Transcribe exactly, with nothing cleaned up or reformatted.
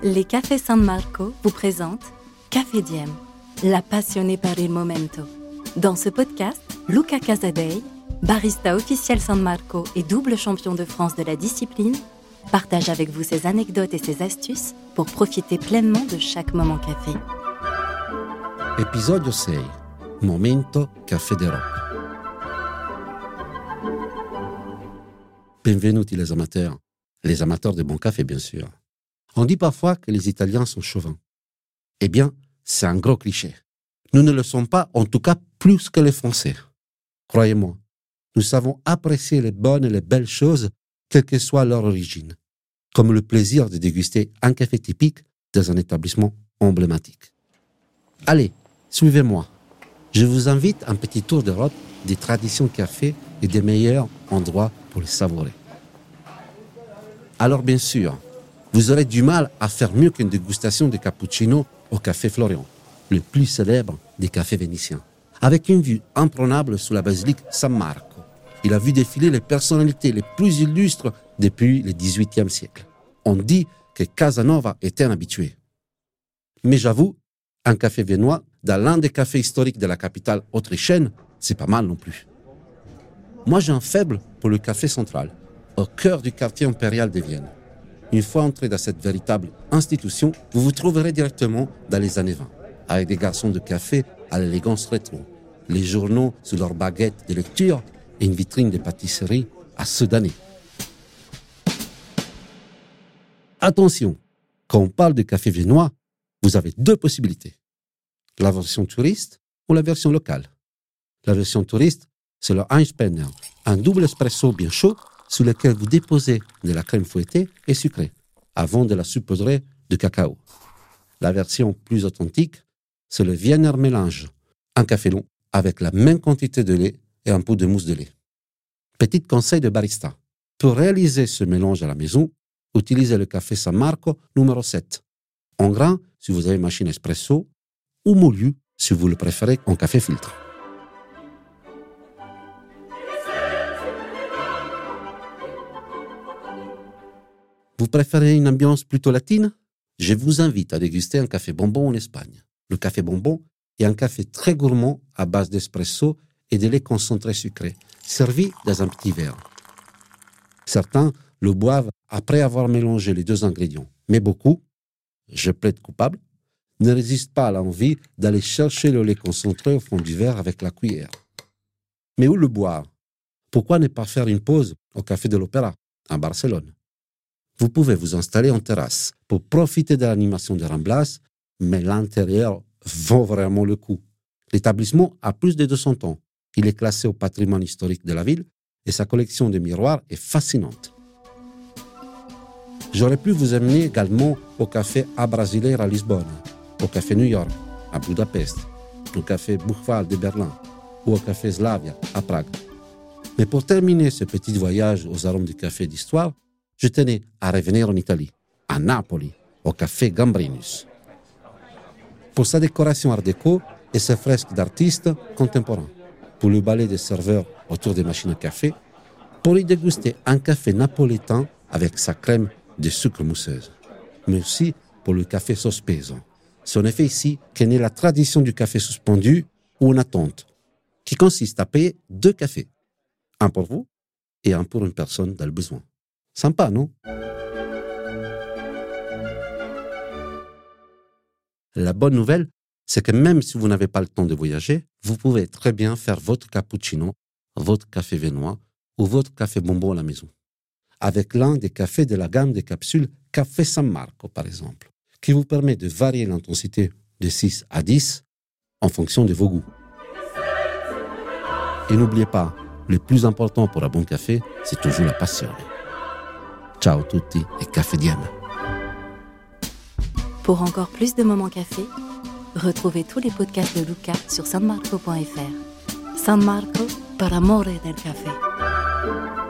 Les Cafés San Marco vous présentent Café Diem, la passionnée par il momento. Dans ce podcast, Luca Casadei, barista officiel San Marco et double champion de France de la discipline, partage avec vous ses anecdotes et ses astuces pour profiter pleinement de chaque moment café. Episodio sei. Momento Café d'Europe. Benvenuti les amateurs, les amateurs de bon café bien sûr. On dit parfois que les Italiens sont chauvins. Eh bien, c'est un gros cliché. Nous ne le sommes pas, en tout cas plus que les Français. Croyez-moi, nous savons apprécier les bonnes et les belles choses, quelle que soit leur origine, comme le plaisir de déguster un café typique dans un établissement emblématique. Allez, suivez-moi. Je vous invite à un petit tour d'Europe des traditions café et des meilleurs endroits pour les savourer. Alors bien sûr, vous aurez du mal à faire mieux qu'une dégustation de cappuccino au Café Florian, le plus célèbre des cafés vénitiens, avec une vue imprenable sur la basilique San Marco. Il a vu défiler les personnalités les plus illustres depuis le dix-huitième siècle. On dit que Casanova était un habitué. Mais j'avoue, un café viennois dans l'un des cafés historiques de la capitale autrichienne, c'est pas mal non plus. Moi, j'ai un faible pour le café central, au cœur du quartier impérial de Vienne. Une fois entré dans cette véritable institution, vous vous trouverez directement dans les années vingt, avec des garçons de café à l'élégance rétro, les journaux sous leurs baguettes de lecture et une vitrine de pâtisserie à ceux d'année. Attention, quand on parle de café viennois, vous avez deux possibilités. La version touriste ou la version locale. La version touriste, c'est le Einspänner, un double espresso bien chaud sous lequel vous déposez de la crème fouettée et sucrée, avant de la saupoudrer de cacao. La version plus authentique, c'est le Wiener Mélange, un café long avec la même quantité de lait et un peu de mousse de lait. Petit conseil de barista. Pour réaliser ce mélange à la maison, utilisez le café San Marco numéro sept, en grain si vous avez machine espresso, ou moulu si vous le préférez en café filtre. Vous préférez une ambiance plutôt latine? Je vous invite à déguster un café bonbon en Espagne. Le café bonbon est un café très gourmand à base d'espresso et de lait concentré sucré, servi dans un petit verre. Certains le boivent après avoir mélangé les deux ingrédients, mais beaucoup, je plaide coupable, ne résistent pas à l'envie d'aller chercher le lait concentré au fond du verre avec la cuillère. Mais où le boire? Pourquoi ne pas faire une pause au Café de l'Opéra, à Barcelone? Vous pouvez vous installer en terrasse pour profiter de l'animation de Ramblas, mais l'intérieur vaut vraiment le coup. L'établissement a plus de deux cents ans. Il est classé au patrimoine historique de la ville et sa collection de miroirs est fascinante. J'aurais pu vous amener également au Café A Brasileira à Lisbonne, au Café New York à Budapest, au Café Buchwald de Berlin ou au Café Slavia à Prague. Mais pour terminer ce petit voyage aux arômes du café d'histoire, je tenais à revenir en Italie, à Napoli, au Café Gambrinus. Pour sa décoration art déco et ses fresques d'artistes contemporains, pour le ballet des serveurs autour des machines à café, pour y déguster un café napolitain avec sa crème de sucre mousseuse, mais aussi pour le café sospeso. C'est en effet ici qu'est née la tradition du café suspendu ou en attente, qui consiste à payer deux cafés, un pour vous et un pour une personne dans le besoin. Sympa, non? La bonne nouvelle, c'est que même si vous n'avez pas le temps de voyager, vous pouvez très bien faire votre cappuccino, votre café viennois ou votre café bonbon à la maison, avec l'un des cafés de la gamme des capsules Café San Marco, par exemple, qui vous permet de varier l'intensité de six à dix en fonction de vos goûts. Et n'oubliez pas, le plus important pour un bon café, c'est toujours la passion. Ciao tutti et Café Diem. Pour encore plus de moments café, retrouvez tous les podcasts de Luca sur sanmarco point f r. San Marco, per amore del café.